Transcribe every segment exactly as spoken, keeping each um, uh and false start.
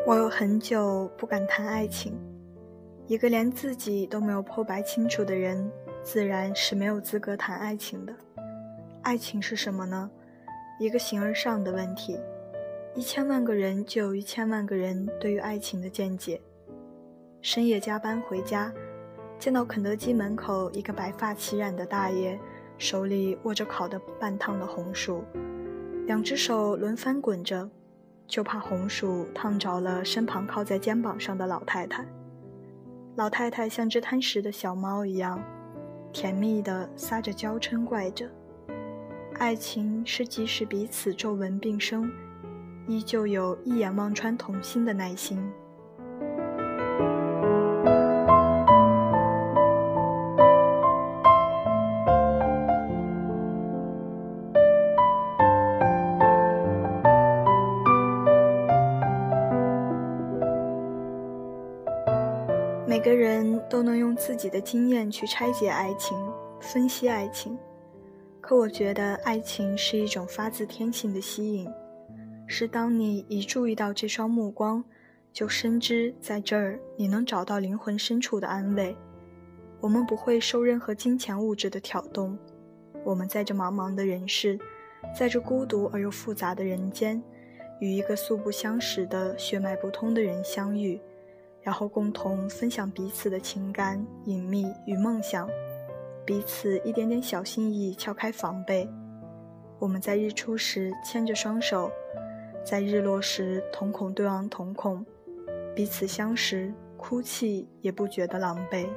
我有很久不敢谈爱情，一个连自己都没有剖白清楚的人，自然是没有资格谈爱情的。爱情是什么呢？一个形而上的问题，一千万个人就有一千万个人对于爱情的见解。深夜加班回家，见到肯德基门口一个白发齐染的大爷，手里握着烤得半烫的红薯，两只手轮番滚着，就怕红薯烫着了身旁靠在肩膀上的老太太。老太太像只贪食的小猫一样，甜蜜地撒着娇嗔怪着。爱情是即使彼此皱纹并生，依旧有一眼望穿童心的耐心。每个人都能用自己的经验去拆解爱情，分析爱情，可我觉得爱情是一种发自天性的吸引，是当你一注意到这双目光，就深知在这儿你能找到灵魂深处的安慰。我们不会受任何金钱物质的挑动，我们在这茫茫的人世，在这孤独而又复杂的人间，与一个素不相识的血脉不通的人相遇，然后共同分享彼此的情感、隐秘与梦想，彼此一点点小心翼翼敲开防备。我们在日出时牵着双手，在日落时瞳孔对望瞳孔，彼此相识，哭泣也不觉得狼狈。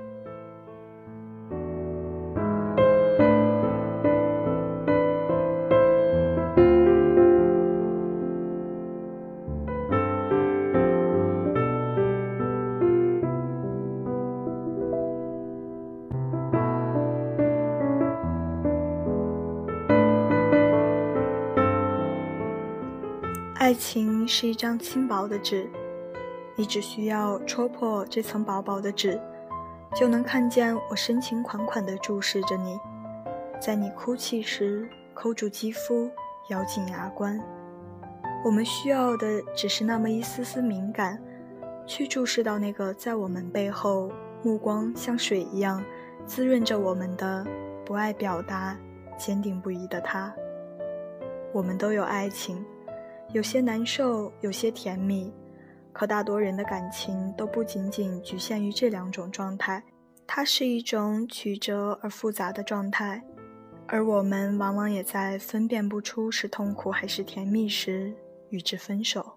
爱情是一张轻薄的纸，你只需要戳破这层薄薄的纸，就能看见我深情款款地注视着你，在你哭泣时抠住肌肤，咬紧牙关。我们需要的只是那么一丝丝敏感，去注视到那个在我们背后目光像水一样滋润着我们的不爱表达、坚定不移的他。我们都有爱情，有些难受，有些甜蜜，可大多人的感情都不仅仅局限于这两种状态，它是一种曲折而复杂的状态，而我们往往也在分辨不出是痛苦还是甜蜜时与之分手。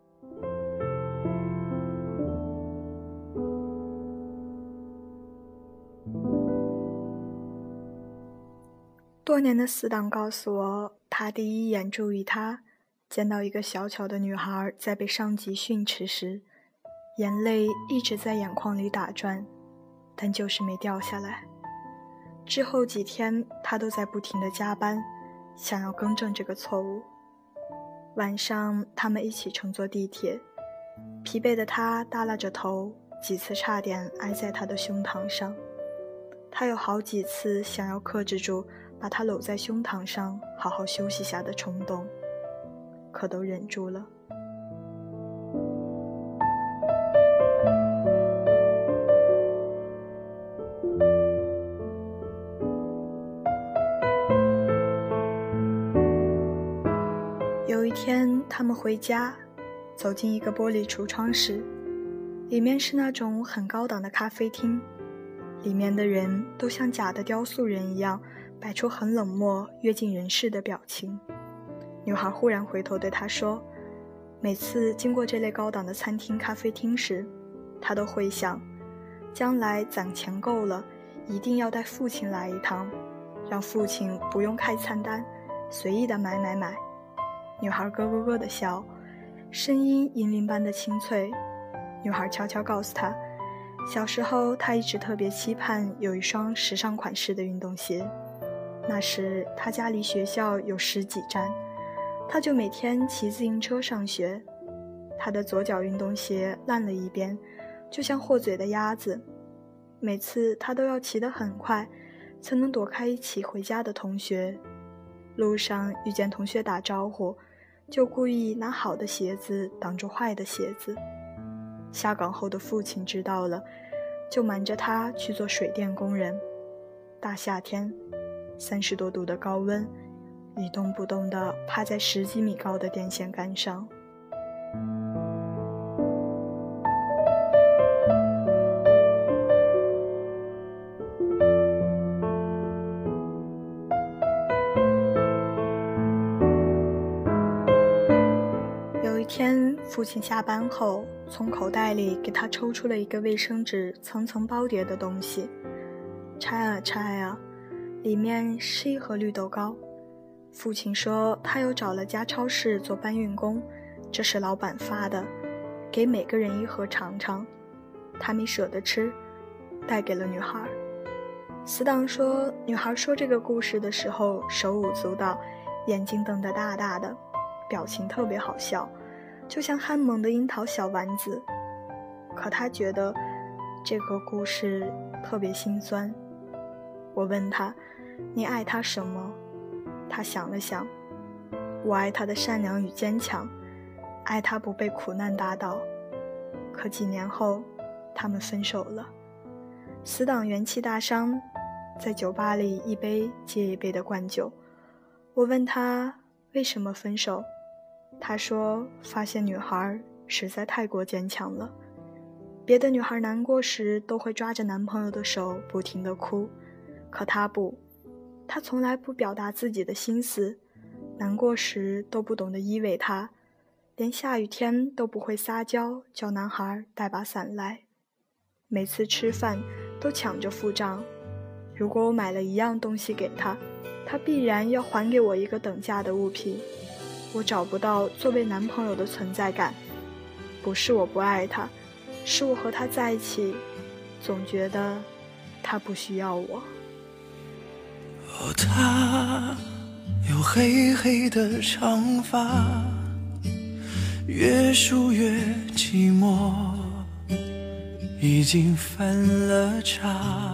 多年的死党告诉我，他第一眼注意他，见到一个小巧的女孩在被上级训斥时，眼泪一直在眼眶里打转，但就是没掉下来。之后几天他都在不停地加班，想要更正这个错误。晚上他们一起乘坐地铁，疲惫的他耷拉着头，几次差点挨在他的胸膛上。他有好几次想要克制住把他搂在胸膛上好好休息下的冲动，可都忍住了。有一天他们回家，走进一个玻璃橱窗时，里面是那种很高档的咖啡厅，里面的人都像假的雕塑人一样，摆出很冷漠跃尽人世的表情。女孩忽然回头对他说，每次经过这类高档的餐厅咖啡厅时，她都会想，将来攒钱够了，一定要带父亲来一趟，让父亲不用开餐单，随意的买买买。女孩咯咯咯地笑，声音银铃般的清脆。女孩悄悄告诉他，小时候她一直特别期盼有一双时尚款式的运动鞋，那时她家离学校有十几站，她就每天骑自行车上学。她的左脚运动鞋烂了一边，就像豁嘴的鸭子，每次她都要骑得很快，才能躲开一起回家的同学。路上遇见同学打招呼，就故意拿好的鞋子挡住坏的鞋子。 下岗后的父亲知道了，就瞒着他去做水电工人。大夏天，三十多度的高温，一动不动地趴在十几米高的电线杆上。有一天，父亲下班后从口袋里给他抽出了一个卫生纸层层包叠的东西，拆啊拆啊，里面是一盒绿豆糕。父亲说他又找了家超市做搬运工，这是老板发的，给每个人一盒尝尝。他没舍得吃，带给了女孩。死党说，女孩说这个故事的时候手舞足蹈，眼睛瞪得大大的，表情特别好笑，就像憨萌的樱桃小丸子。可他觉得这个故事特别心酸。我问他，你爱他什么？他想了想，我爱他的善良与坚强，爱他不被苦难打倒。可几年后，他们分手了。死党元气大伤，在酒吧里一杯接一杯的灌酒。我问他为什么分手，他说发现女孩实在太过坚强了。别的女孩难过时都会抓着男朋友的手不停地哭，可他不，他从来不表达自己的心思，难过时都不懂得依偎他，连下雨天都不会撒娇叫男孩带把伞来。每次吃饭都抢着付账，如果我买了一样东西给他，他必然要还给我一个等价的物品。我找不到作为男朋友的存在感，不是我不爱他，是我和他在一起，总觉得他不需要我。 哦，他有黑黑的长发，越梳越寂寞，已经翻了叉。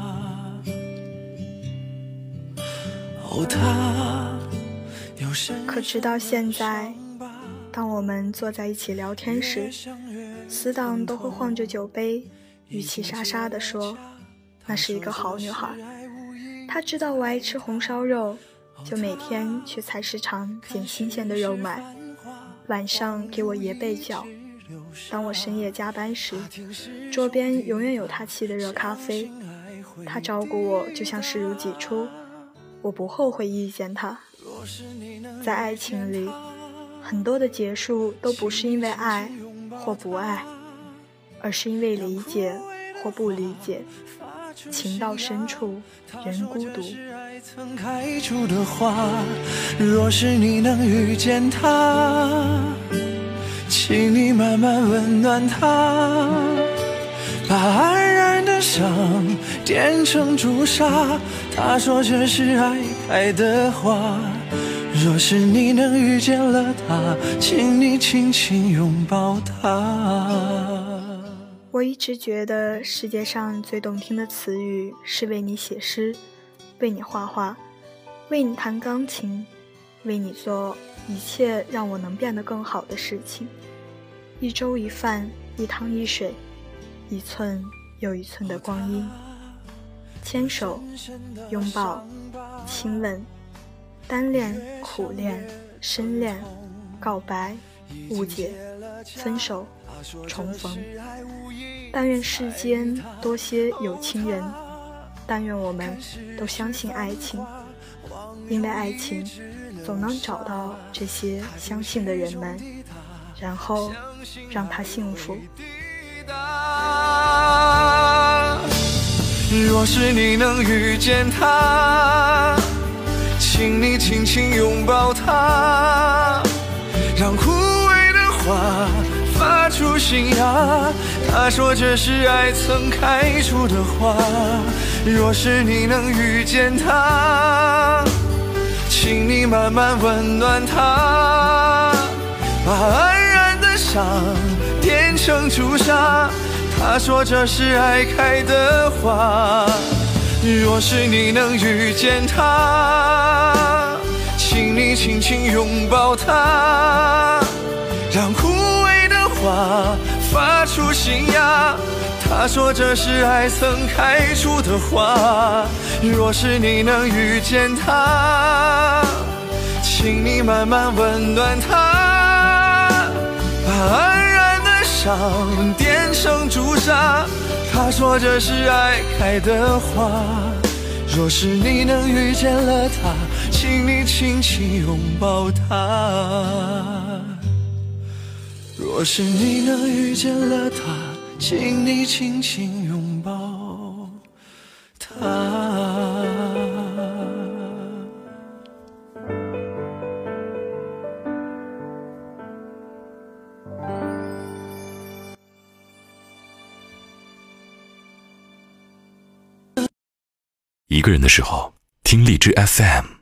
哦，他有深可直到现在，当我们坐在一起聊天时，死党都会晃着酒杯，语气沙沙地说，那是一个好女孩。她知道我爱吃红烧肉，就每天去菜市场捡新鲜的肉买，晚上给我爷备饺。当我深夜加班时，桌边永远有她沏的热咖啡。她照顾我就像视如己出，我不后悔遇见她。在爱情里，很多的结束都不是因为爱或不爱，而是因为理解或不理解。情到深处人孤独。 曾开出的花，若是你能遇见他，请你慢慢温暖他，把黯然的伤点成朱砂。他说这是爱开的花，若是你能遇见了他，请你轻轻拥抱他。 我一直觉得世界上最动听的词语是为你写诗，为你画画，为你弹钢琴，为你做一切让我能变得更好的事情。一粥一饭，一汤一水，一寸又一寸的光阴。牵手，拥抱，亲吻，单恋，苦恋，深恋，告白，误解，分手，重逢。但愿世间多些有情人，但愿我们都相信爱情，因为爱情总能找到这些相信的人们，然后让他幸福。 若是你能遇见他，请你轻轻拥抱他，让枯萎的花发出新芽。他说这是爱曾开出的花，若是你能遇见他，请你慢慢温暖他，把黯然的伤点成朱砂。他说这是爱开的花，若是你能遇见他，请你轻轻拥抱他，让枯萎的花发出心呀。他说这是爱曾开出的花，若是你能遇见他，请你慢慢温暖他，把黯然的伤点成朱砂。他说这是爱开的花，若是你能遇见了他，请你轻轻拥抱他。若是你能遇见了他，请你轻轻拥抱他。 一个人的时候，听荔枝 F M。